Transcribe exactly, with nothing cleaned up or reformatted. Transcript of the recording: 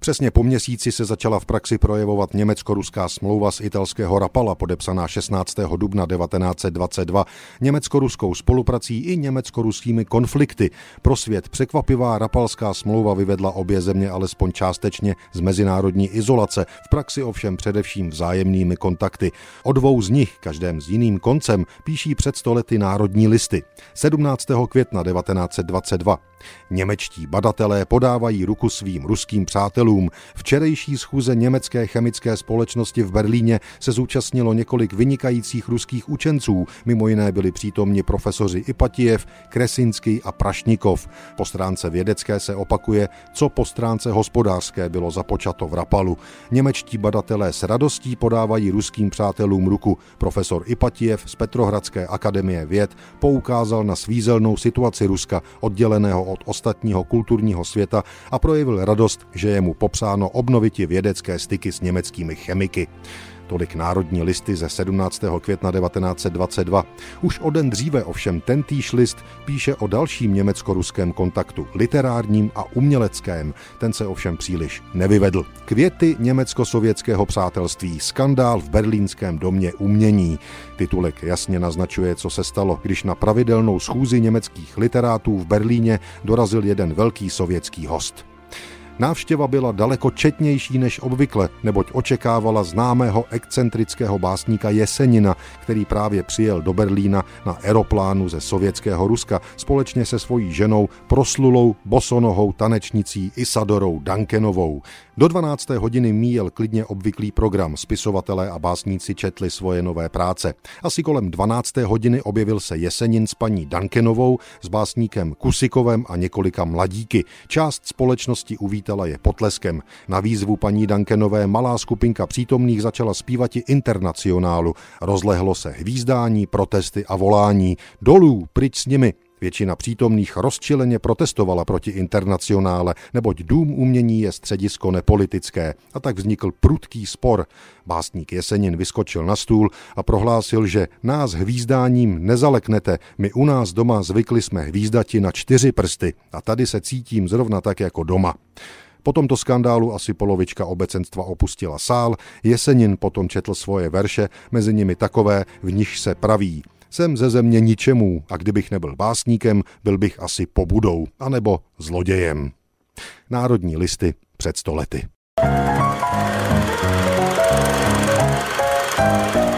Přesně po měsíci se začala v praxi projevovat německo-ruská smlouva z italského Rapalla, podepsaná šestnáctého dubna devatenáct set dvacet dva, německo-ruskou spoluprací i německo-ruskými konflikty. Pro svět překvapivá Rapalská smlouva vyvedla obě země alespoň částečně z mezinárodní izolace, v praxi ovšem především vzájemnými kontakty. O dvou z nich, každém s jiným koncem, píší před sto lety Národní listy. sedmnáctého května devatenáct set dvacet dva. Němečtí badatelé podávají ruku svým ruským přátelům. Včerejší schůze německé chemické společnosti v Berlíně se zúčastnilo několik vynikajících ruských učenců. Mimo jiné byli přítomni profesoři Ipatjev, Kresinský a Prašnikov. Po stránce vědecké se opakuje, co po stránce hospodářské bylo započato v Rapallu. Němečtí badatelé s radostí podávají ruským přátelům ruku. Profesor Ipatjev z Petrohradské akademie věd poukázal na svízelnou situaci Ruska, odděleného od ostatního kulturního světa, a projevil radost, že je mu popsáno obnoviti vědecké styky s německými chemiky. Tolik Národní listy ze sedmnáctého května devatenáct set dvacet dva. Už o den dříve ovšem tentýž list píše o dalším německo-ruském kontaktu, literárním a uměleckém. Ten se ovšem příliš nevyvedl. Květy německo-sovětského přátelství, skandál v berlínském domě umění. Titulek jasně naznačuje, co se stalo, když na pravidelnou schůzi německých literátů v Berlíně dorazil jeden velký sovětský host. Návštěva byla daleko četnější než obvykle, neboť očekávala známého excentrického básníka Jesenina, který právě přijel do Berlína na aeroplánu ze sovětského Ruska společně se svojí ženou, proslulou bosonohou tanečnicí Isadorou Duncanovou. Do dvanácté hodiny míjel klidně obvyklý program, spisovatelé a básníci četli svoje nové práce. Asi kolem dvanácté hodiny objevil se Jesenin s paní Duncanovou, s básníkem Kusikovem a několika mladíky. Část společnosti uvítala je potleskem. Na výzvu paní Duncanové malá skupinka přítomných začala zpívati Internacionálu. Rozlehlo se hvízdání, protesty a volání. Dolů, pryč s nimi! Většina přítomných rozčileně protestovala proti Internacionále, neboť Dům umění je středisko nepolitické, a tak vznikl prudký spor. Básník Jesenin vyskočil na stůl a prohlásil, že nás hvízdáním nezaleknete, my u nás doma zvykli jsme hvízdati na čtyři prsty a tady se cítím zrovna tak jako doma. Po tomto skandálu asi polovička obecenstva opustila sál, Jesenin potom četl svoje verše, mezi nimi takové, v nichž se praví: Jsem ze země ničemů a kdybych nebyl básníkem, byl bych asi pobudou, anebo zlodějem. Národní listy před sto lety.